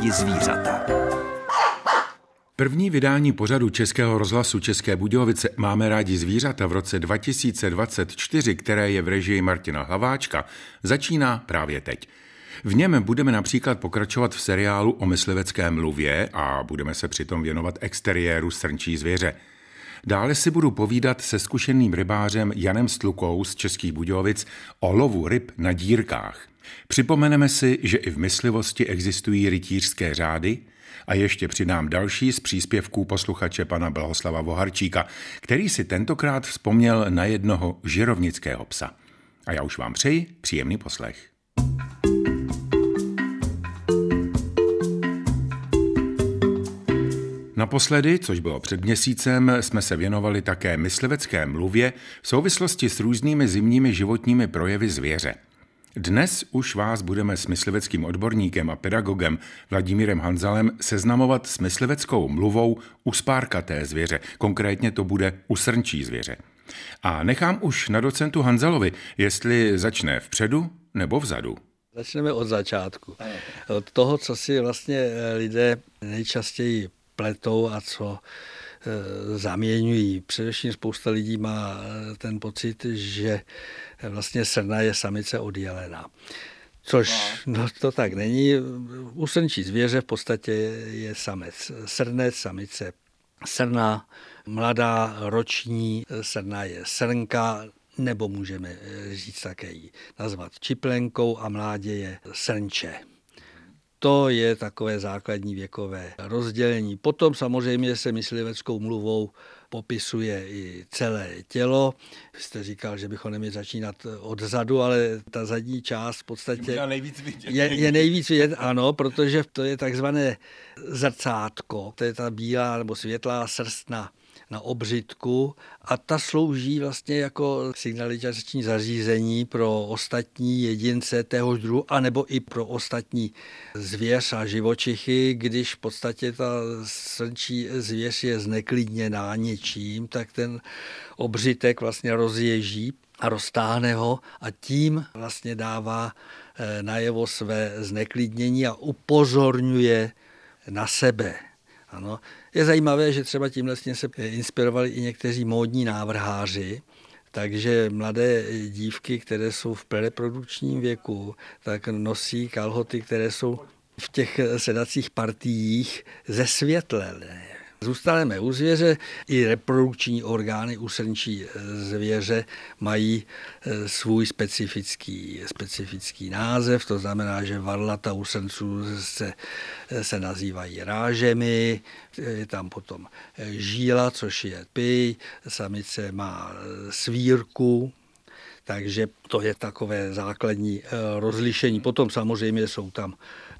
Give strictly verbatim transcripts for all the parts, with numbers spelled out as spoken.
rádi zvířata. První vydání pořadu Českého rozhlasu České Budějovice Máme rádi zvířata v roce dva tisíce dvacet čtyři, které je v režii Martina Hlaváčka, začíná právě teď. V něm budeme například pokračovat v seriálu o mysliveckém luvě a budeme se přitom věnovat exteriéru srnčí zvěře. Dále si budu povídat se zkušeným rybářem Janem Stlukou z Českých Budějovic o lovu ryb na dírkách. Připomeneme si, že i v myslivosti existují rytířské řády a ještě přidám další z příspěvků posluchače pana Blahoslava Voharčíka, který si tentokrát vzpomněl na jednoho žirovnického psa. A já už vám přeji příjemný poslech. Naposledy, což bylo před měsícem, jsme se věnovali také myslivecké mluvě v souvislosti s různými zimními životními projevy zvěře. Dnes už vás budeme s mysliveckým odborníkem a pedagogem Vladimírem Hanzalem seznamovat s mysliveckou mluvou u spárkaté zvěře, konkrétně to bude u srnčí zvěře. A nechám už na docentu Hanzalovi, jestli začne vpředu nebo vzadu. Začneme od začátku. Od toho, co si vlastně lidé nejčastěji pletou a co zaměňují. Především spousta lidí má ten pocit, že vlastně srna je samice od jelena. Což no, to tak není. U srnčí zvěře v podstatě je samec srnec, samice srna, mladá roční srna je srnka, nebo můžeme říct také ji nazvat čiplenkou a mládě je srnče. To je takové základní věkové rozdělení. Potom samozřejmě se mysliveckou mluvou popisuje i celé tělo. Vy jste říkal, že bychom neměli začínat odzadu, ale ta zadní část v podstatě je nejvíc vidět. Je, je nejvíc vidět, ano, protože to je takzvané zrcátko. To je ta bílá nebo světlá srst na na obřitku a ta slouží vlastně jako signalizační zařízení pro ostatní jedince téhož druhu, anebo i pro ostatní zvěř a živočichy. Když v podstatě ta srnčí zvěř je zneklidněná něčím, tak ten obřitek vlastně rozježí a roztáhne ho a tím vlastně dává najevo své zneklidnění a upozorňuje na sebe. Ano. Je zajímavé, že třeba tímhle se inspirovali i někteří módní návrháři, takže mladé dívky, které jsou v prereprodukčním věku, tak nosí kalhoty, které jsou v těch sedacích partiích zesvětlené. Zůstaneme u zvěře, i reprodukční orgány u srnčí zvěře mají svůj specifický, specifický název, to znamená, že varlata u srnců se, se nazývají rážemi, je tam potom žíla, což je py, samice má svírku, takže to je takové základní rozlišení. Potom samozřejmě jsou tam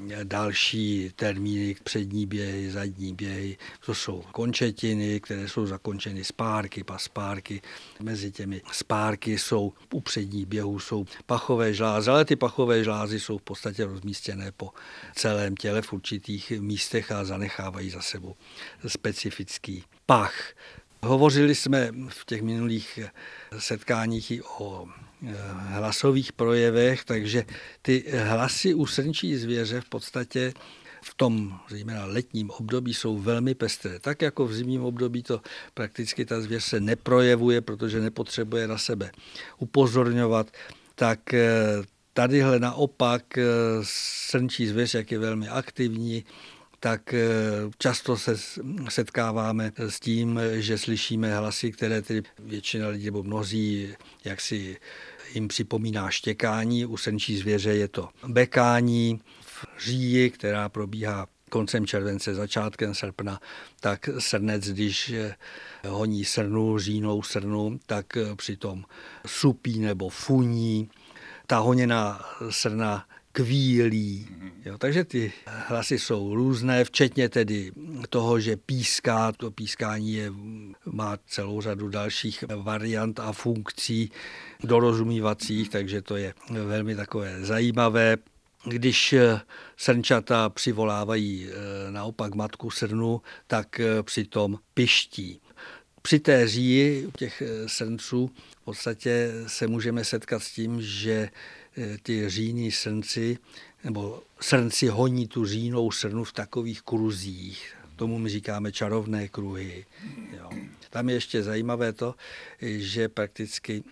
další termíny, přední běhy, zadní běhy. To jsou končetiny, které jsou zakončeny spárky, paspárky. Mezi těmi spárky jsou u předních běhů jsou pachové žlázy, ale ty pachové žlázy jsou v podstatě rozmístěné po celém těle v určitých místech a zanechávají za sebou specifický pach. Hovořili jsme v těch minulých setkáních i o hlasových projevech, takže ty hlasy u srnčí zvěře v podstatě v tom zejména letním období jsou velmi pestré. Tak jako v zimním období to prakticky ta zvěř se neprojevuje, protože nepotřebuje na sebe upozorňovat, tak tadyhle naopak srnčí zvěř, jak je velmi aktivní, tak často se setkáváme s tím, že slyšíme hlasy, které tedy většina lidí nebo mnozí jaksi jim připomíná štěkání. U srnčí zvěře je to bekání. V říji, která probíhá koncem července, začátkem srpna, tak srnec, když honí srnu, říjnou srnu, tak přitom supí nebo funí. Ta honěná srna kvílí. Jo, takže ty hlasy jsou různé, včetně tedy toho, že píská. To pískání je, má celou řadu dalších variant a funkcí dorozumívacích, takže to je velmi takové zajímavé. Když srnčata přivolávají naopak matku srnu, tak přitom piští. Při té říji těch srnců v podstatě se můžeme setkat s tím, že ty říjní srnci nebo srnci honí tu říjnou srnu v takových kruzích. Tomu my říkáme čarovné kruhy. Jo. Tam je ještě zajímavé to, že prakticky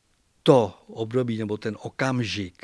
to období nebo ten okamžik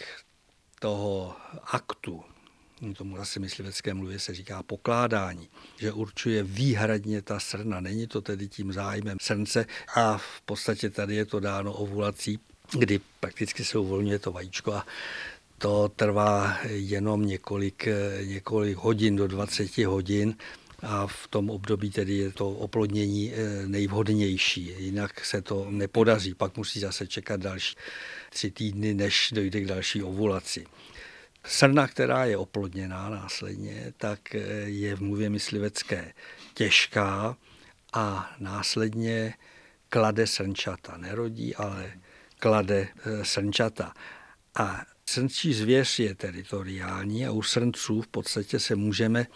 toho aktu, tomu zase myslivecké mluvě se říká pokládání, že určuje výhradně ta srna. Není to tedy tím zájmem srnce a v podstatě tady je to dáno ovulací, kdy prakticky se uvolňuje to vajíčko a to trvá jenom několik, několik hodin do dvacet hodin a v tom období tedy je to oplodnění nejvhodnější. Jinak se to nepodaří, pak musí zase čekat další tři týdny, než dojde k další ovulaci. Srna, která je oplodněná následně, tak je v mluvě myslivecké těžká a následně klade srnčata. Nerodí, ale klade srnčata. A srnčí zvěř je teritoriální a u srnců v podstatě se můžeme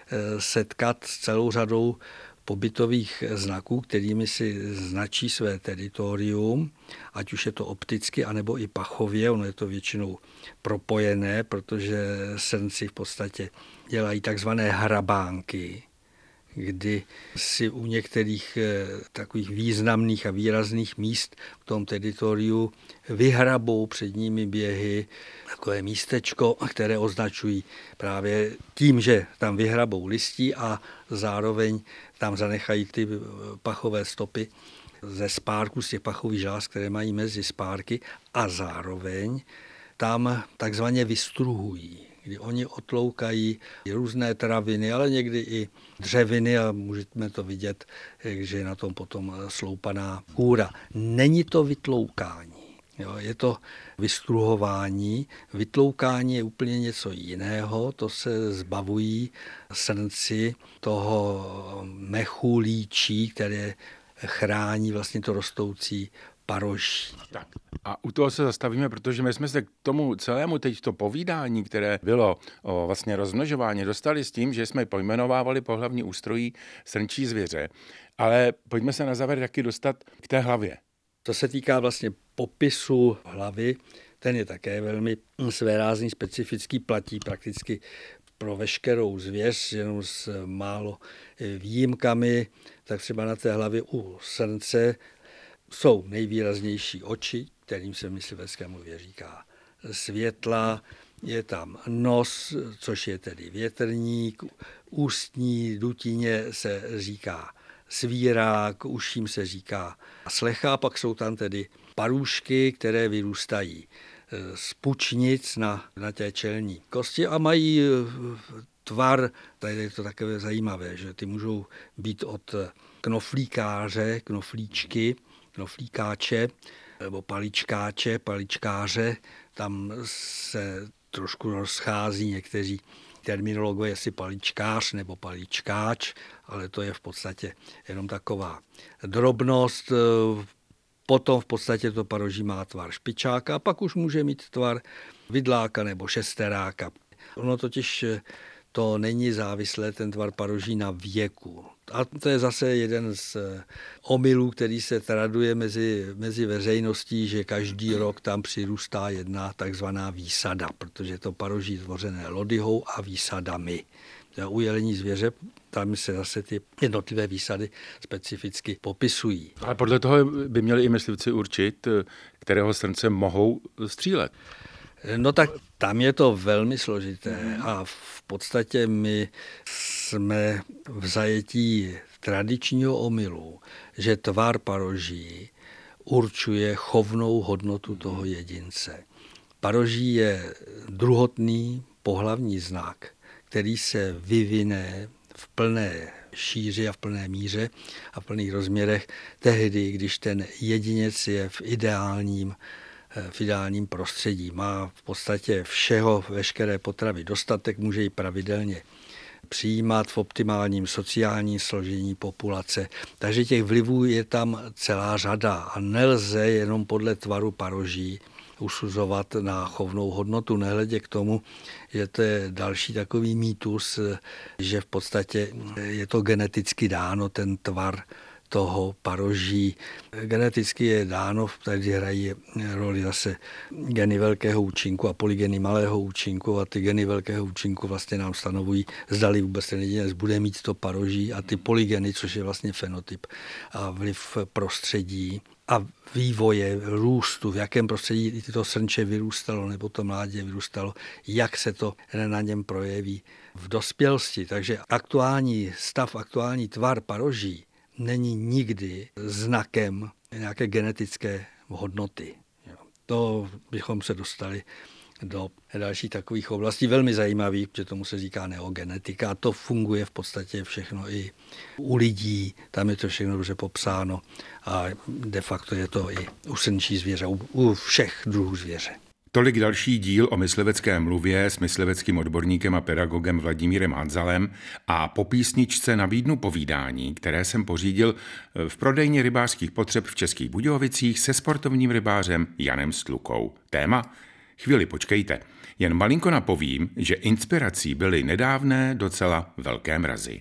setkat s celou řadou pobytových znaků, kterými si značí své teritorium, ať už je to opticky, anebo i pachově. Ono je to většinou propojené, protože srnci v podstatě dělají takzvané hrabánky, kdy si u některých takových významných a výrazných míst v tom teritoriu vyhrabou předními běhy takové místečko, které označují právě tím, že tam vyhrabou listí a zároveň tam zanechají ty pachové stopy ze spárku, z těch pachových žláz, které mají mezi spárky a zároveň tam takzvaně vystruhují, kdy oni otloukají různé traviny, ale někdy i dřeviny a můžeme to vidět, že je na tom potom sloupaná kůra. Není to vytloukání, jo, je to vystruhování. Vytloukání je úplně něco jiného, to se zbavují srnci toho mechu líčí, které chrání vlastně to rostoucí paroží. Tak. A u toho se zastavíme, protože my jsme se k tomu celému teď to povídání, které bylo o vlastně rozmnožování, dostali s tím, že jsme pojmenovávali pohlavní ústrojí srnčí zvěře. Ale pojďme se na závěr taky dostat k té hlavě. To se týká vlastně popisu hlavy, ten je také velmi svérázný, specifický, platí prakticky pro veškerou zvěř, jenom s málo výjimkami, tak třeba na té hlavě u srnce jsou nejvýraznější oči, kterým se v myslivecké mluvě říká světla, je tam nos, což je tedy větrník, ústní dutině se říká svírák, uším se říká slecha, pak jsou tam tedy parůžky, které vyrůstají z pučnic na, na té čelní kosti a mají tvar, tady je to takové zajímavé, že ty můžou být od knoflíkáře, knoflíčky, knoflíkáče nebo paličkáče, paličkáře, tam se trošku rozchází někteří terminologové, jestli paličkář nebo paličkáč, ale to je v podstatě jenom taková drobnost. Potom v podstatě to paroží má tvar špičáka a pak už může mít tvar vidláka nebo šesteráka. Ono totiž to není závislé, ten tvar paroží, na věku. A to je zase jeden z omylů, který se traduje mezi, mezi veřejností, že každý rok tam přirůstá jedna takzvaná výsada, protože to paroží tvořené lodyhou a výsadami. U jelení zvěře tam se zase ty jednotlivé výsady specificky popisují. Ale podle toho by měli i myslivci určit, kterého srnce mohou střílet. No tak tam je to velmi složité a v podstatě my jsme v zajetí tradičního omylu, že tvar paroží určuje chovnou hodnotu toho jedince. Paroží je druhotný pohlavní znak, který se vyvine v plné šíři a v plné míře a v plných rozměrech tehdy, když ten jedinec je v ideálním v ideálním prostředí. Má v podstatě všeho, veškeré potravy dostatek, může ji pravidelně přijímat v optimálním sociálním složení populace. Takže těch vlivů je tam celá řada a nelze jenom podle tvaru paroží usuzovat na chovnou hodnotu, nehledě k tomu, že to je další takový mýtus, že v podstatě je to geneticky dáno, ten tvar toho paroží. Geneticky je dáno, tady hrají roli zase geny velkého účinku a polygeny malého účinku a ty geny velkého účinku vlastně nám stanovují, zdali vůbec ten jedinec bude mít to paroží a ty polygeny, což je vlastně fenotyp a vliv prostředí a vývoje, růstu, v jakém prostředí to srnče vyrůstalo nebo to mládě vyrůstalo, jak se to na něm projeví v dospělosti. Takže aktuální stav, aktuální tvar paroží není nikdy znakem nějaké genetické hodnoty. To bychom se dostali do dalších takových oblastí velmi zajímavých, protože tomu se říká neogenetika a to funguje v podstatě všechno i u lidí, tam je to všechno dobře popsáno a de facto je to i u srnčí zvěře, u, u všech druhů zvěře. Tolik další díl o myslivecké mluvě s mysliveckým odborníkem a pedagogem Vladimírem Hanzalem a po písničce nabídnu povídání, které jsem pořídil v prodejně rybářských potřeb v Českých Budějovicích se sportovním rybářem Janem Stlukou. Téma? Chvíli počkejte. Jen malinko napovím, že inspirací byly nedávné docela velké mrazy.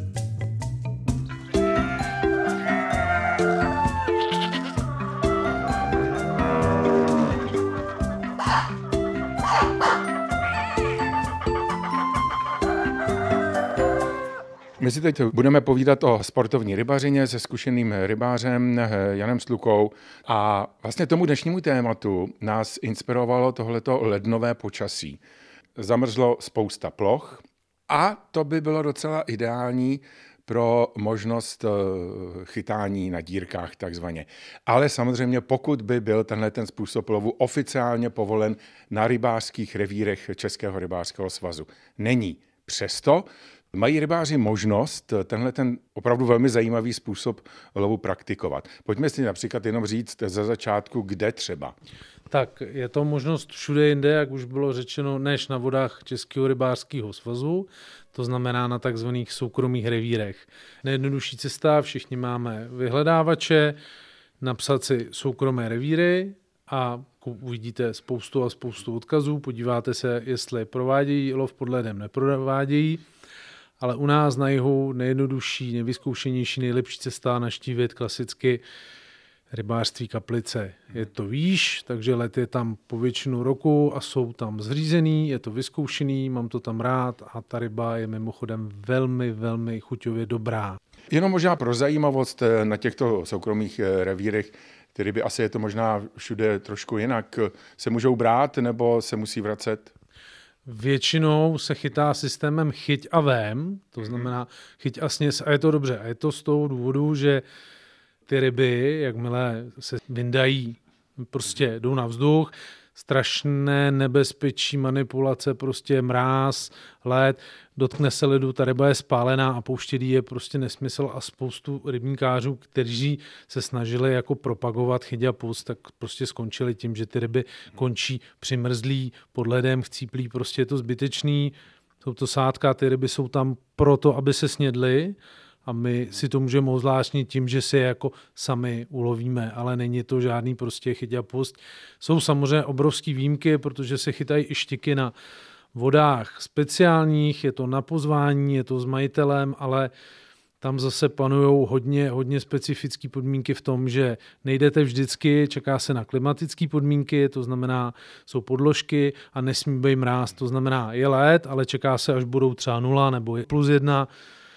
My si teď budeme povídat o sportovní rybařině se zkušeným rybářem Janem Stlukou a vlastně tomu dnešnímu tématu nás inspirovalo tohleto lednové počasí. Zamrzlo spousta ploch a to by bylo docela ideální pro možnost chytání na dírkách takzvaně. Ale samozřejmě pokud by byl tenhle ten způsob lovu oficiálně povolen na rybářských revírech Českého rybářského svazu. Není. Přesto mají rybáři možnost tenhle ten opravdu velmi zajímavý způsob lovu praktikovat. Pojďme si například jenom říct za začátku, kde třeba. Tak je to možnost všude jinde, jak už bylo řečeno, než na vodách Českého rybářského svazu, to znamená na takzvaných soukromých revírech. Nejjednodušší cesta, všichni máme vyhledávače, napsat si soukromé revíry a uvidíte spoustu a spoustu odkazů, podíváte se, jestli provádějí lov pod ledem, neprovádějí. Ale u nás na jihu nejjednodušší, nejvyzkoušenější, nejlepší cesta naštívit klasicky rybářství Kaplice. Je to výš, takže let je tam po většinu roku a jsou tam zřízený, je to vyzkoušený, mám to tam rád a ta ryba je mimochodem velmi, velmi chuťově dobrá. Jenom možná pro zajímavost na těchto soukromých revírech, ty ryby, asi je to možná všude trošku jinak, se můžou brát nebo se musí vracet? Většinou se chytá systémem chyť a vém, to znamená chyť a sněz a je to dobře. A je to z toho důvodu, že ty ryby, jakmile se vyndají, prostě jdou na vzduch, strašné nebezpečí, manipulace, prostě mráz, led, dotkne se ledu, ta ryba je spálená a pouštět je prostě nesmysl a spoustu rybníkářů, kteří se snažili jako propagovat chyť a pust, tak prostě skončili tím, že ty ryby končí přimrzlí, pod ledem, chcíplí, prostě je to zbytečný, jsou to sádka, ty ryby jsou tam proto, aby se snědly, a my si to můžeme ozvláštnit tím, že si je jako sami ulovíme, ale není to žádný prostě chyť a pust. Jsou samozřejmě obrovský výjimky, protože se chytají i štiky na vodách speciálních, je to na pozvání, je to s majitelem, ale tam zase panují hodně, hodně specifické podmínky v tom, že nejdete vždycky, čeká se na klimatické podmínky, to znamená, jsou podložky a nesmí být mráz, to znamená, je led, ale čeká se, až budou třeba nula nebo je plus jedna.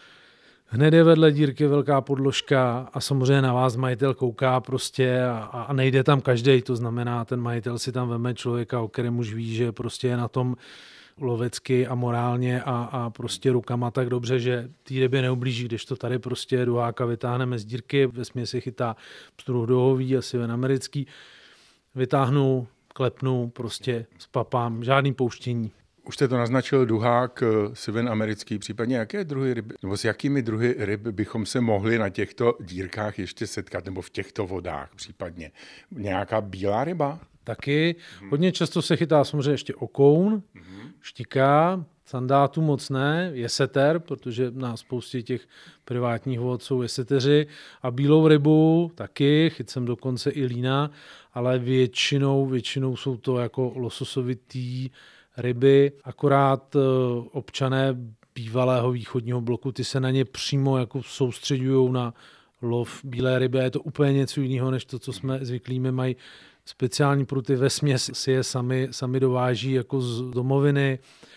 Hned je vedle dírky velká podložka a samozřejmě na vás majitel kouká prostě a, a nejde tam každej, to znamená, ten majitel si tam veme člověka, o kterém už ví, že prostě je na tom lovecky a morálně a, a prostě rukama tak dobře, že té rybě neublíží, když to tady prostě duháka vytáhneme z dírky, vesměs se chytá pstruhdohový, asi ven americký, vytáhnu, klepnu, prostě spapám, žádný pouštění. Už jste to naznačil, duhák, siven americký, případně jaké druhy ryb, nebo s jakými druhy ryb bychom se mohli na těchto dírkách ještě setkat, nebo v těchto vodách případně? Nějaká bílá ryba? Taky. Hmm. Hodně často se chytá samozřejmě ještě okoun, hmm. štika, sandátu moc ne, jeseter, protože na spoustě těch privátních vod jsou jeseteři a bílou rybu taky, chyt jsem dokonce i lína, ale většinou, většinou jsou to jako lososovitý ryby, akorát občané bývalého východního bloku, ty se na ně přímo jako soustředují na lov bílé ryby, je to úplně něco jiného, než to, co jsme zvyklí. Mají speciální pruty, vesměs si je sami, sami dováží jako z domoviny,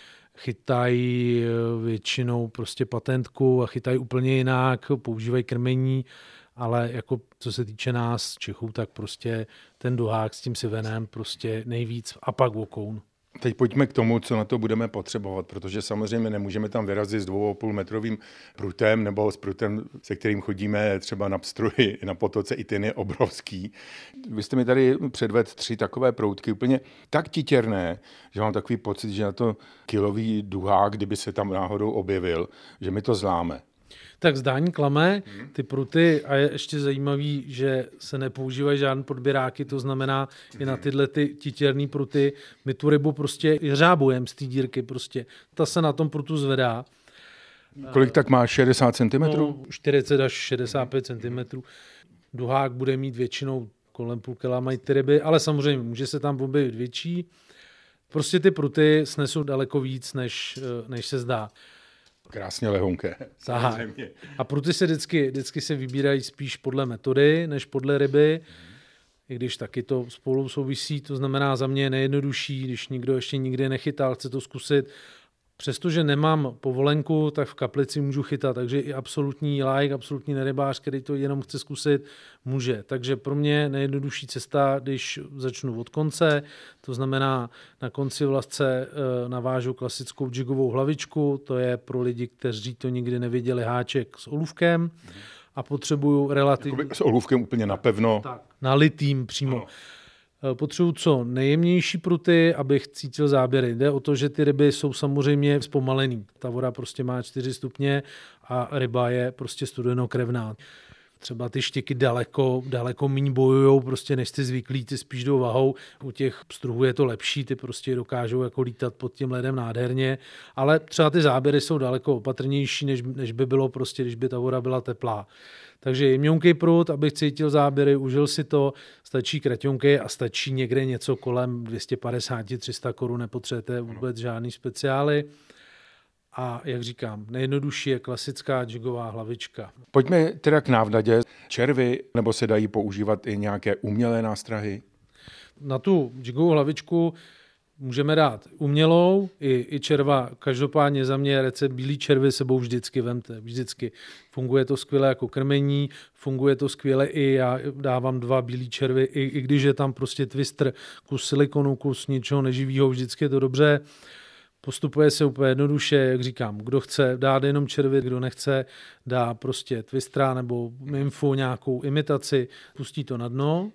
chytají většinou prostě patentku a chytají úplně jinak, používají krmení, ale jako co se týče nás Čechů, tak prostě ten duhák s tím sivenem prostě nejvíc a pak vokoun. Teď pojďme k tomu, co na to budeme potřebovat, protože samozřejmě nemůžeme tam vyrazit s dvou a půl metrovým prutem nebo s prutem, se kterým chodíme třeba na pstruhy, na potoce, i ten je obrovský. Vy jste mi tady předvedl tři takové proutky, úplně tak titěrné, že mám takový pocit, že na to kilový duhák, kdyby se tam náhodou objevil, že mi to zláme. Tak zdání klame, ty pruty, a je ještě zajímavý, že se nepoužívají žádné podběráky, to znamená i na tyhle ty titěrný pruty, my tu rybu prostě jeřábujeme z té dírky prostě. Ta se na tom prutu zvedá. Kolik tak má? šedesát centimetrů? No, čtyřicet až šedesát pět centimetrů. Duhák bude mít většinou kolem půl kila, mají ty ryby, ale samozřejmě může se tam objevit větší. Prostě ty pruty snesou daleko víc, než, než se zdá. Krásně lehonké. Aha. A pruty se vždycky, vždycky se vybírají spíš podle metody, než podle ryby, i když taky to spolu souvisí, to znamená za mě je nejjednodušší, když nikdo ještě nikdy nechytal, chce to zkusit. Přestože nemám povolenku, tak v kaplici můžu chytat, takže i absolutní like, absolutní nerybář, který to jenom chce zkusit, může. Takže pro mě nejjednodušší cesta, když začnu od konce, to znamená na konci vlasce navážu klasickou jigovou hlavičku, to je pro lidi, kteří to nikdy neviděli, háček s olůvkem a potřebuju relativně... Jakoby s olůvkem úplně napevno. Tak, nalitým přímo. Ano. Potřebuji co nejjemnější pruty, abych cítil záběry. Jde o to, že ty ryby jsou samozřejmě zpomalený. Ta voda prostě má čtyři stupně a ryba je prostě studenokrevná. Třeba ty štěky daleko, daleko míň bojujou, prostě než ty zvyklí, ty spíš jdou vahou. U těch pstruhů je to lepší, ty prostě dokážou jako lítat pod tím ledem nádherně, ale třeba ty záběry jsou daleko opatrnější, než, než by bylo prostě, když by ta voda byla teplá. Takže jemňonký prut, abych cítil záběry, užil si to, stačí kraťonky a stačí někde něco kolem dvě stě padesát až tři sta korun, nepotřebujete vůbec žádný speciály. A jak říkám, nejjednodušší je klasická jigová hlavička. Pojďme teda k návnadě. Červy, nebo se dají používat i nějaké umělé nástrahy? Na tu jigovou hlavičku můžeme dát umělou i, i červa. Každopádně za mě recept bílý červy sebou vždycky vemte. Vždycky. Funguje to skvěle jako krmení, funguje to skvěle i já dávám dva bílý červy, i, i když je tam prostě twister, kus silikonu, kus něčeho neživýho, vždycky je to dobře. Postupuje se úplně jednoduše, jak říkám, kdo chce dát jenom červy, kdo nechce dá prostě twistra nebo mimfu, nějakou imitaci, pustí to na dno,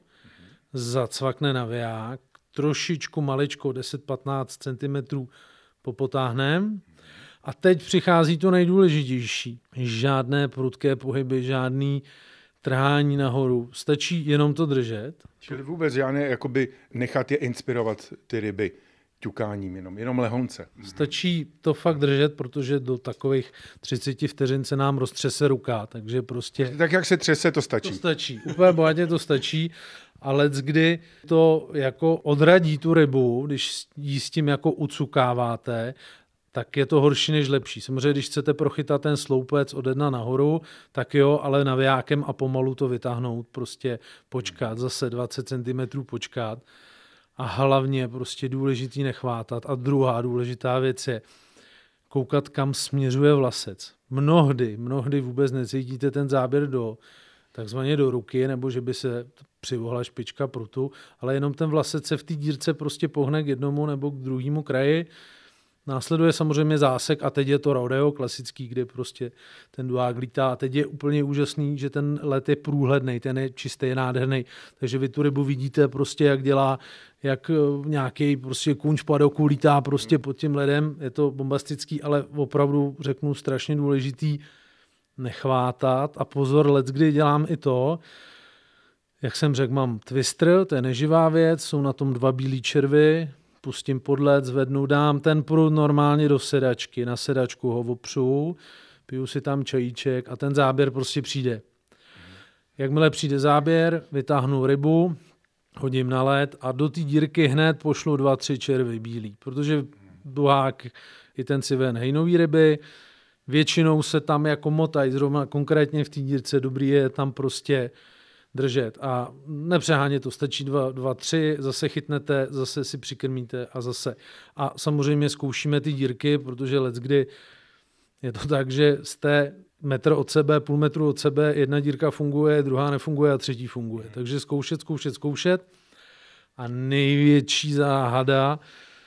zacvakne na viják, trošičku maličko, deset až patnáct centimetrů popotáhnem a teď přichází to nejdůležitější. Žádné prudké pohyby, žádný trhání nahoru, stačí jenom to držet. Čili vůbec žádné, jakoby nechat je inspirovat ty ryby ťukáním, jenom, jenom lehonce. Stačí to fakt držet, protože do takových třicet vteřin se nám roztřese ruka, takže prostě... Tak jak se třese, to stačí. To stačí, úplně bohatě to stačí, ale kdy to jako odradí tu rybu, když ji s tím jako ucukáváte, tak je to horší než lepší. Samozřejmě, když chcete prochytat ten sloupec od jedna nahoru, tak jo, ale navijákem a pomalu to vytáhnout, prostě počkat, zase dvacet centimetrů počkat. A hlavně prostě důležitý nechvátat. A druhá důležitá věc je koukat, kam směřuje vlasec. Mnohdy, mnohdy vůbec necítíte ten záběr do takzvaně do ruky, nebo že by se přivohla špička prutu, ale jenom ten vlasec se v té dírce prostě pohne k jednomu nebo k druhému kraji. Následuje samozřejmě zásek a teď je to rodeo klasický, kde prostě ten duhák lítá a teď je úplně úžasný, že ten let je průhledný, ten je čistý, nádherný, takže vy tu rybu vidíte prostě, jak dělá, jak nějaký prostě kůň v padoku lítá prostě pod tím ledem, je to bombastický, ale opravdu řeknu strašně důležitý nechvátat a pozor, leckdy dělám i to, jak jsem řekl, mám twister, to je neživá věc, jsou na tom dva bílí červy, pustím podlet, zvednu, dám ten prut normálně do sedačky, na sedačku ho opřu, piju si tam čajíček a ten záběr prostě přijde. Jakmile přijde záběr, vytáhnu rybu, hodím na led a do té dírky hned pošlu dva, tři červy bílý, protože duhák i ten siven hejnový ryby, většinou se tam jako motají, zrovna konkrétně v té dírce dobrý je tam prostě držet a nepřehánět to, stačí dva, dva, tři, zase chytnete, zase si přikrmíte a zase. A samozřejmě zkoušíme ty dírky, protože leckdy je to tak, že jste metr od sebe, půl metru od sebe, jedna dírka funguje, druhá nefunguje a třetí funguje. Takže zkoušet, zkoušet, zkoušet. A největší záhada,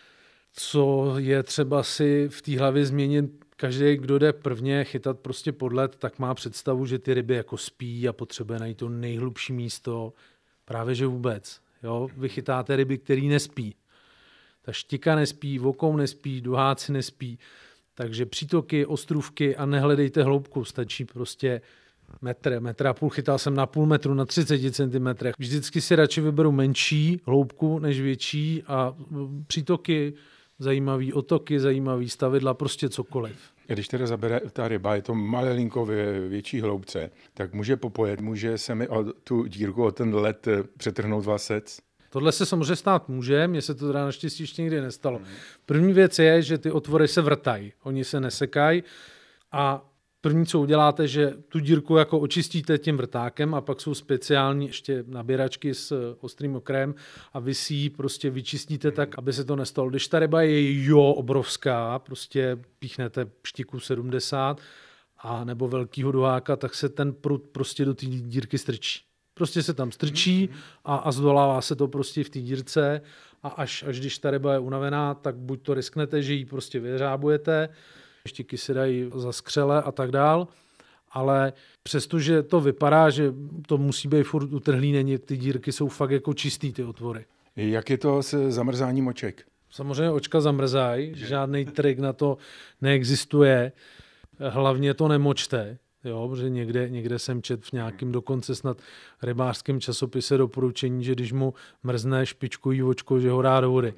co je třeba si v té hlavě změnit, každý, kdo jde prvně chytat prostě podlet, tak má představu, že ty ryby jako spí a potřebuje najít to nejhlubší místo. Právě že vůbec. Jo? Vy chytáte ryby, který nespí. Ta štika nespí, vokou nespí, duháci nespí. Takže přítoky, ostrůvky a nehledejte hloubku. Stačí prostě metr, metr a půl. Chytal jsem na půl metru, na třicet centimetrech. Vždycky si radši vyberu menší hloubku než větší a přítoky, zajímavý otoky, zajímavý stavidla, prostě cokoliv. Když teda zabere ta ryba, je to malilinko ve větší hloubce, tak může popojet, může se mi o tu dírku, o ten led přetrhnout vlasec? Tohle se samozřejmě stát může, mně se to teda naštěstí ještě nikdy nestalo. První věc je, že ty otvory se vrtají, oni se nesekají a první, co uděláte, že tu dírku jako očistíte tím vrtákem a pak jsou speciální ještě nabíračky s ostrým okrem a vy si ji prostě vyčistíte tak, aby se to nestalo. Když ta ryba je jo obrovská, prostě píchnete štiku sedmdesát a nebo velkýho duháka, tak se ten prut prostě do té dírky strčí. Prostě se tam strčí a, a zdolává se to prostě v té dírce a až, až když ta ryba je unavená, tak buď to risknete, že ji prostě vyřábujete, štiky se dají za skřele a tak dál, ale přestože to vypadá, že to musí být furt utrhlý, není, ty dírky jsou fakt jako čistý, ty otvory. Jak je to se zamrzáním oček? Samozřejmě očka zamrzají, žádný trik na to neexistuje, hlavně to nemočte. Jo, protože někde, někde jsem čet v nějakém dokonce snad rybářském časopise doporučení, že když mu mrzne špičkový očko, že ho dá do vody.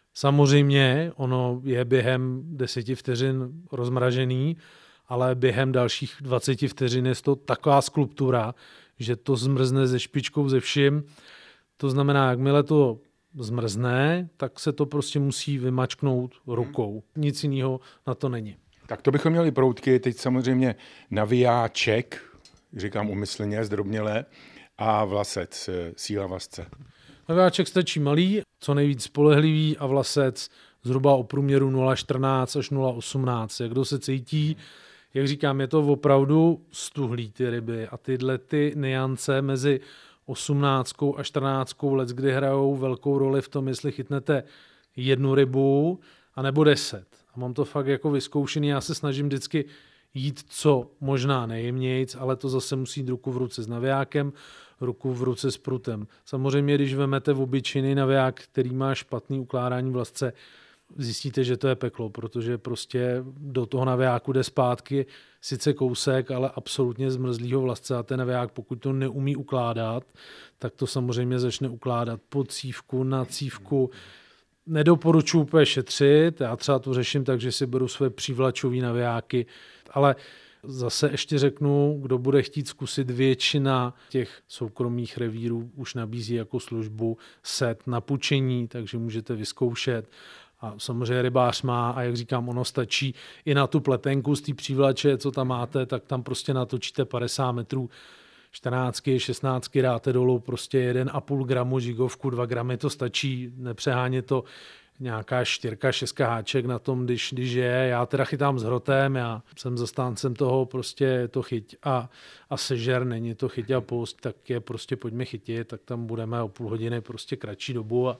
Samozřejmě ono je během deseti vteřin rozmražený, ale během dalších dvaceti vteřin je to taková skulptura, že to zmrzne ze špičkou, ze vším. To znamená, jakmile to zmrzne, tak se to prostě musí vymačknout rukou. Nic jiného na to není. Tak to bychom měli proutky, teď samozřejmě navijáček, říkám umyslně, zdrobnělé, a vlasec, síla vlasce. Navijáček stačí malý, co nejvíc spolehlivý a vlasec zhruba o průměru nula celá čtrnáct až nula celá osmnáct. Jak kdo se cítí, jak říkám, je to opravdu stuhlý ty ryby a tyhle ty niance mezi osmnáctkou a čtrnáctkou let, kdy hrajou velkou roli v tom, jestli chytnete jednu rybu anebo deset. A mám to fakt jako vyzkoušený, já se snažím vždycky jít co možná nejjemnějc, ale to zase musí jít ruku v ruce s navijákem, ruku v ruce s prutem. Samozřejmě, když vemete v obyčejný naviják, který má špatný ukládání vlasce, zjistíte, že to je peklo, protože prostě do toho navijáku jde zpátky sice kousek, ale absolutně zmrzlýho vlasce a ten naviják, pokud to neumí ukládat, tak to samozřejmě začne ukládat pod cívku, na cívku. Nedoporučuji úplně šetřit, já třeba to řeším tak, že si beru své přívlačové navijáky, ale zase ještě řeknu, kdo bude chtít zkusit, většina těch soukromých revírů už nabízí jako službu set na půjčení, takže můžete vyzkoušet. A samozřejmě rybář má a jak říkám, ono stačí i na tu pletenku z té přívlače, co tam máte, tak tam prostě natočíte padesát metrů, čtrnáctky, šestnáctky dáte dolů, prostě jeden a půl gramu žigovku, dva gramy to stačí, nepřeháně to nějaká čtyřka, šestka háček na tom, když, když je. Já teda chytám s hrotem, já jsem zastáncem toho, prostě to chyť a, a sežer, není to chyť a pust, tak je prostě pojďme chytit, tak tam budeme o půl hodiny prostě kratší dobu a,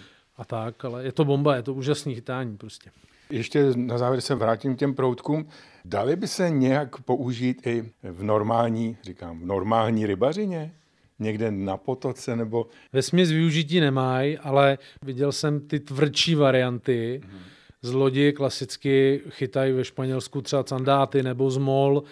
a tak, ale je to bomba, je to úžasný chytání prostě. Ještě na závěr se vrátím k těm proutkům. Dali by se nějak použít i v normální, říkám, v normální rybařině? Někde na potoce nebo... Vesměs využití nemají, ale viděl jsem ty tvrdší varianty. Hmm. Z lodi klasicky chytají ve Španělsku třeba candáty nebo zmol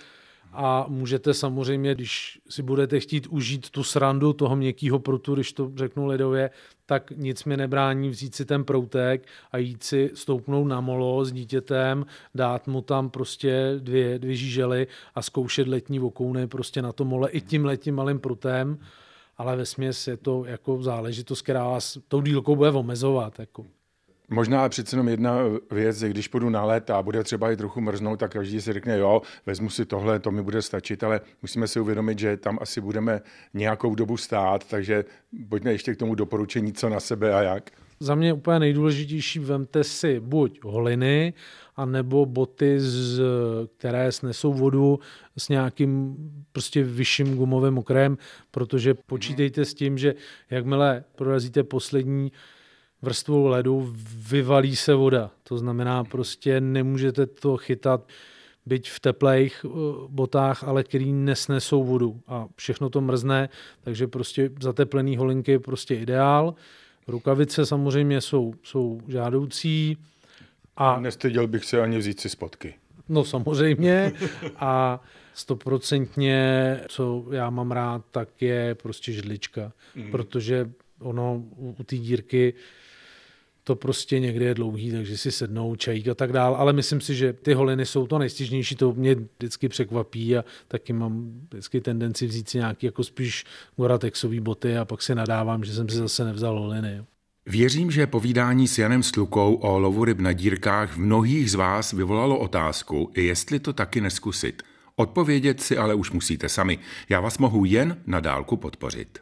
a můžete samozřejmě, když si budete chtít užít tu srandu toho měkkýho prutu, když to řeknu lidově, tak nic mi nebrání vzít si ten proutek a jít si stoupnout na molo s dítětem, dát mu tam prostě dvě, dvě žížely a zkoušet letní vokouny prostě na to mole i tím letním malým prutem, ale vesměs je to jako záležitost, která vás tou dílkou bude omezovat. Jako. Možná přece jenom jedna věc, když půjdu na let a bude třeba i trochu mrznout, tak každý si řekne, jo, vezmu si tohle, to mi bude stačit, ale musíme si uvědomit, že tam asi budeme nějakou dobu stát, takže pojďme ještě k tomu doporučení, co na sebe a jak. Za mě úplně nejdůležitější, vemte si buď holiny, anebo boty, z, které snesou vodu s nějakým prostě vyšším gumovým okrajem, protože počítejte s tím, že jakmile prorazíte poslední vrstvou ledu, vyvalí se voda. To znamená, prostě nemůžete to chytat byť v teplejch botách, ale který nesnesou vodu a všechno to mrzne, takže prostě zateplený holinky je prostě ideál. Rukavice samozřejmě jsou, jsou žádoucí. A nestyděl bych se ani vzít si spotky. No samozřejmě. A stoprocentně, co já mám rád, tak je prostě židlička. Mm. Protože ono u, u té dírky to prostě někdy je dlouhý, takže si sednou, čajík a tak dál. Ale myslím si, že ty holiny jsou to nejstěžnější, to mě vždycky překvapí a taky mám vždycky tendenci vzít si nějaký jako spíš Gore-Texový boty a pak si nadávám, že jsem si zase nevzal holiny. Věřím, že povídání s Janem Slukou o lovu ryb na dírkách v mnohých z vás vyvolalo otázku, jestli to taky neskusit. Odpovědět si ale už musíte sami. Já vás mohu jen na dálku podpořit.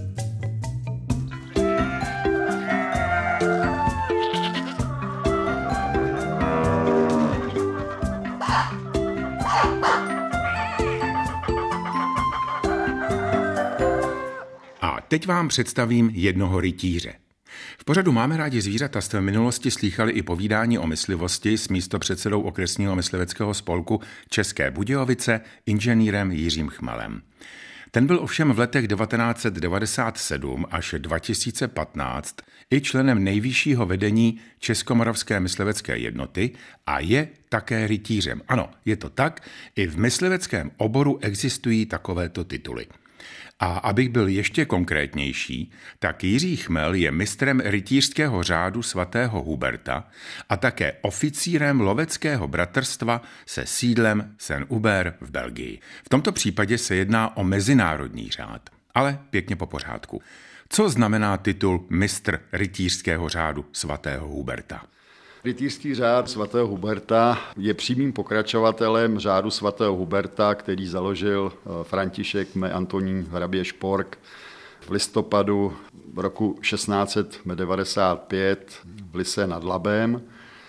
A teď vám představím jednoho rytíře. V pořadu Máme rádi zvířata jste v minulosti slýchali i povídání o myslivosti s místopředsedou okresního mysliveckého spolku České Budějovice inženýrem Jiřím Chmelem. Ten byl ovšem v letech devatenáct set devadesát sedm až dva tisíce patnáct i členem nejvyššího vedení Českomoravské myslivecké jednoty a je také rytířem. Ano, je to tak, i v mysliveckém oboru existují takovéto tituly. A abych byl ještě konkrétnější, tak Jiří Chmel je mistrem rytířského řádu svatého Huberta a také oficírem loveckého bratrstva se sídlem Saint-Hubert v Belgii. V tomto případě se jedná o mezinárodní řád. Ale pěkně po pořádku. Co znamená titul mistr rytířského řádu svatého Huberta? Rytířský řád svatého Huberta je přímým pokračovatelem řádu svatého Huberta, který založil František mé Antonín hrabě Špork v listopadu roku šestnáct set devadesát pět v Lysé nad Labem.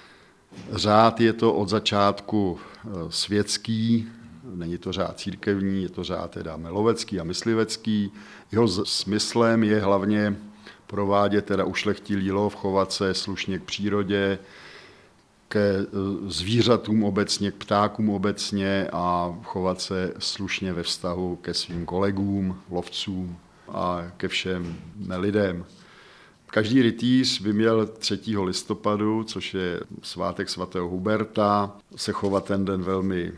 Řád je to od začátku světský, není to řád církevní, je to řád teda lovecký a myslivecký. Jeho smyslem je hlavně provádět teda ušlechtilý lov, chovat se slušně k přírodě, ke zvířatům obecně, k ptákům obecně a chovat se slušně ve vztahu ke svým kolegům, lovcům a ke všem lidem. Každý rytíř by měl třetího listopadu, což je svátek svatého Huberta, se chovat ten den velmi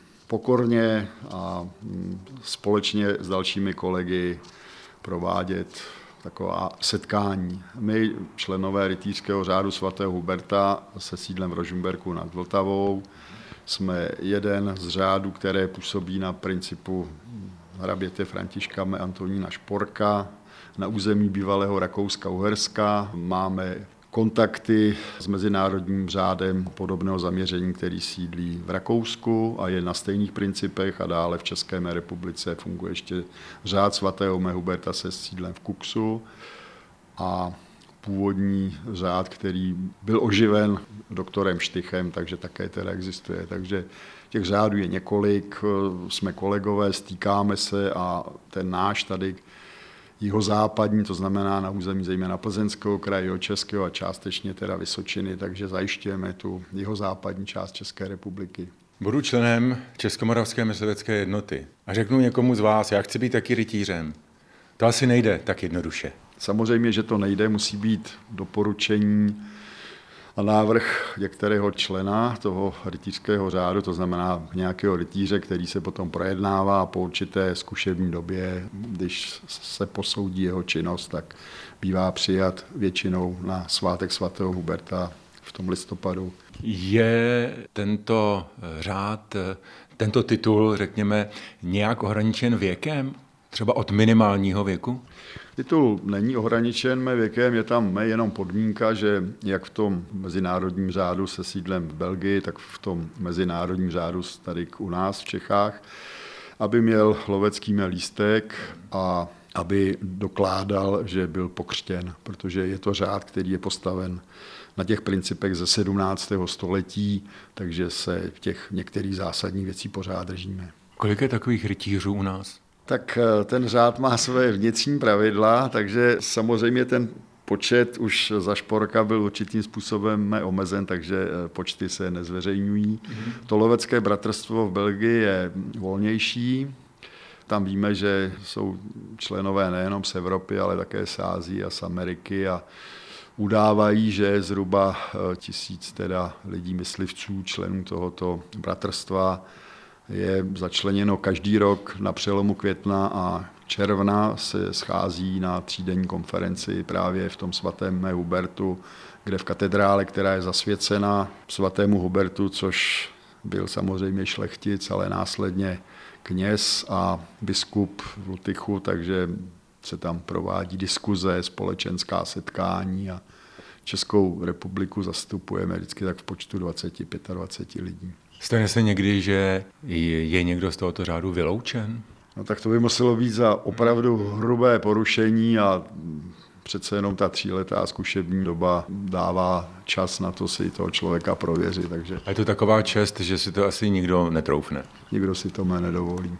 pokorně a společně s dalšími kolegy provádět taková setkání. My, členové rytířského řádu svatého Huberta se sídlem v Rožmberku nad Vltavou, jsme jeden z řádů, které působí na principu hraběte Františka mé Antonína Šporka na území bývalého Rakouska-Uherska. Máme kontakty s mezinárodním řádem podobného zaměření, který sídlí v Rakousku a je na stejných principech a dále v České republice funguje ještě řád svatého mé Huberta se sídlem v Kuxu a původní řád, který byl oživen doktorem Štychem, takže také teda existuje. Takže těch řádů je několik, jsme kolegové, stýkáme se a ten náš tady jihozápadní, to znamená na území zejména Plzeňského kraje, Českého a částečně teda Vysočiny, takže zajišťujeme tu jihozápadní část České republiky. Budu členem Českomoravské myslivecké jednoty a řeknu někomu z vás, já chci být taky rytířem. To asi nejde tak jednoduše. Samozřejmě, že to nejde, musí být doporučení a návrh některého člena toho rytířského řádu, to znamená nějakého rytíře, který se potom projednává po určité zkušební době, když se posoudí jeho činnost, tak bývá přijat většinou na svátek svatého Huberta v tom listopadu. Je tento řád, tento titul, řekněme, nějak ohraničen věkem? Třeba od minimálního věku? Titul není ohraničen mé věkem, je tam jenom podmínka, že jak v tom mezinárodním řádu se sídlem v Belgii, tak v tom mezinárodním řádu tady u nás v Čechách, aby měl lovecký lístek a aby dokládal, že byl pokřtěn, protože je to řád, který je postaven na těch principech ze sedmnáctého století, takže se těch některých zásadních věcí pořád držíme. Kolik je takových rytířů u nás? Tak ten řád má své vnitřní pravidla, takže samozřejmě ten počet už za Šporka byl určitým způsobem omezen, takže počty se nezveřejňují. Mm. To lovecké bratrstvo v Belgii je volnější. Tam víme, že jsou členové nejenom z Evropy, ale také z Ázie a z Ameriky a udávají, že je zhruba tisíc teda lidí, myslivců, členů tohoto bratrstva. Je začleněno každý rok na přelomu května a června se schází na třídenní konferenci právě v tom svatém Hubertu, kde v katedrále, která je zasvěcena svatému Hubertu, což byl samozřejmě šlechtic, ale následně kněz a biskup v Lutychu, takže se tam provádí diskuze, společenská setkání a Českou republiku zastupujeme vždycky tak v počtu dvacet až dvacet pět lidí. Stane se někdy, že je někdo z tohoto řádu vyloučen? No tak to by muselo být za opravdu hrubé porušení a přece jenom ta tříletá zkušební doba dává čas na to si toho člověka prověřit. Takže a je to taková čest, že si to asi nikdo netroufne? Nikdo si to mé nedovolí.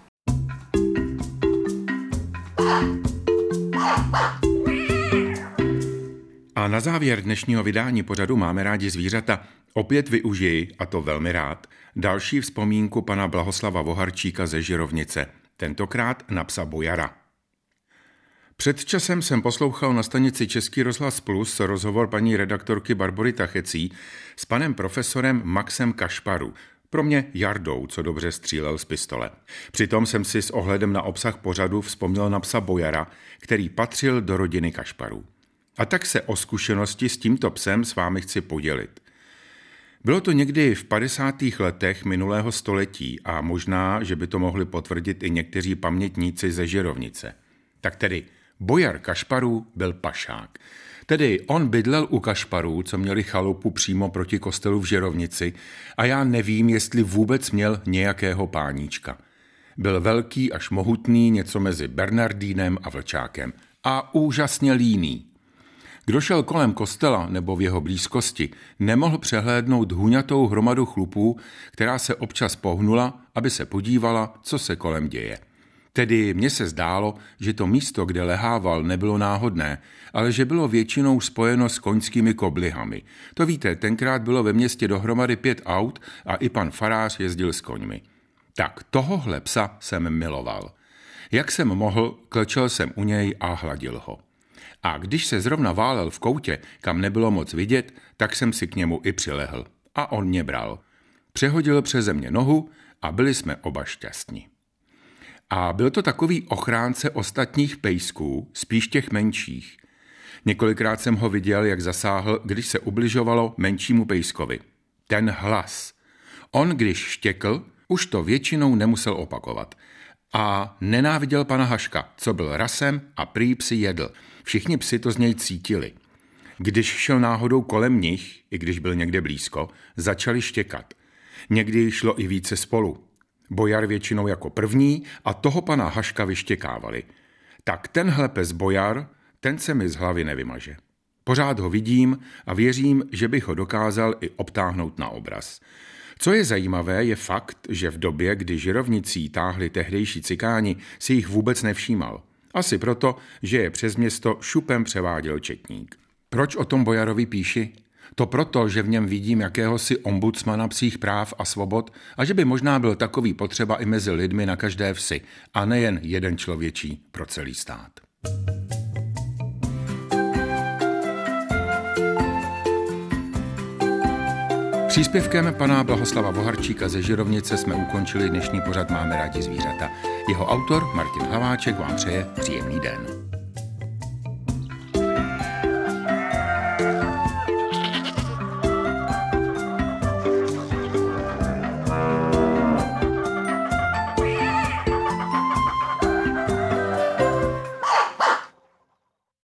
A na závěr dnešního vydání pořadu Máme rádi zvířata opět využiji, a to velmi rád, další vzpomínku pana Blahoslava Voharčíka ze Žirovnice, tentokrát na psa Bojara. Před časem jsem poslouchal na stanici Český rozhlas Plus rozhovor paní redaktorky Barbory Tachecí s panem profesorem Maxem Kašparu, pro mě Jardou, co dobře střílel z pistole. Přitom jsem si s ohledem na obsah pořadu vzpomněl na psa Bojara, který patřil do rodiny Kašparů. A tak se o zkušenosti s tímto psem s vámi chci podělit. Bylo to někdy v padesátých letech minulého století a možná, že by to mohli potvrdit i někteří pamětníci ze Žirovnice. Tak tedy Bojar Kašparů byl pašák. Tedy on bydlel u Kašparů, co měli chalupu přímo proti kostelu v Žirovnici a já nevím, jestli vůbec měl nějakého páníčka. Byl velký až mohutný, něco mezi Bernardínem a Vlčákem a úžasně líný. Kdo šel kolem kostela nebo v jeho blízkosti, nemohl přehlédnout huňatou hromadu chlupů, která se občas pohnula, aby se podívala, co se kolem děje. Tedy mně se zdálo, že to místo, kde lehával, nebylo náhodné, ale že bylo většinou spojeno s koňskými koblihami. To víte, tenkrát bylo ve městě dohromady pět aut a i pan farář jezdil s koňmi. Tak tohohle psa jsem miloval. Jak jsem mohl, klečel jsem u něj a hladil ho. A když se zrovna válel v koutě, kam nebylo moc vidět, tak jsem si k němu i přilehl. A on mě bral. Přehodil přeze mě nohu a byli jsme oba šťastní. A byl to takový ochránce ostatních pejsků, spíš těch menších. Několikrát jsem ho viděl, jak zasáhl, když se ubližovalo menšímu pejskovi. Ten hlas. On, když štěkl, už to většinou nemusel opakovat. A nenáviděl pana Haška, co byl rasem a prý psi jedl. Všichni psi to z něj cítili. Když šel náhodou kolem nich, i když byl někde blízko, začali štěkat. Někdy šlo i více spolu. Bojar většinou jako první a toho pana Haška vyštěkávali. Tak tenhle pes Bojar, ten se mi z hlavy nevymaže. Pořád ho vidím a věřím, že bych ho dokázal i obtáhnout na obraz. Co je zajímavé, je fakt, že v době, kdy Žirovnicí táhli tehdejší cikáni, si jich vůbec nevšímal. Asi proto, že je přes město šupem převáděl četník. Proč o tom Bojarovi píši? To proto, že v něm vidím jakéhosi ombudsmana psích práv a svobod a že by možná byl takový potřeba i mezi lidmi na každé vsi a nejen jeden člověčí pro celý stát. Příspěvkem pana Blahoslava Voharčíka ze Žirovnice jsme ukončili dnešní pořad Máme rádi zvířata. Jeho autor Martin Hlaváček vám přeje příjemný den.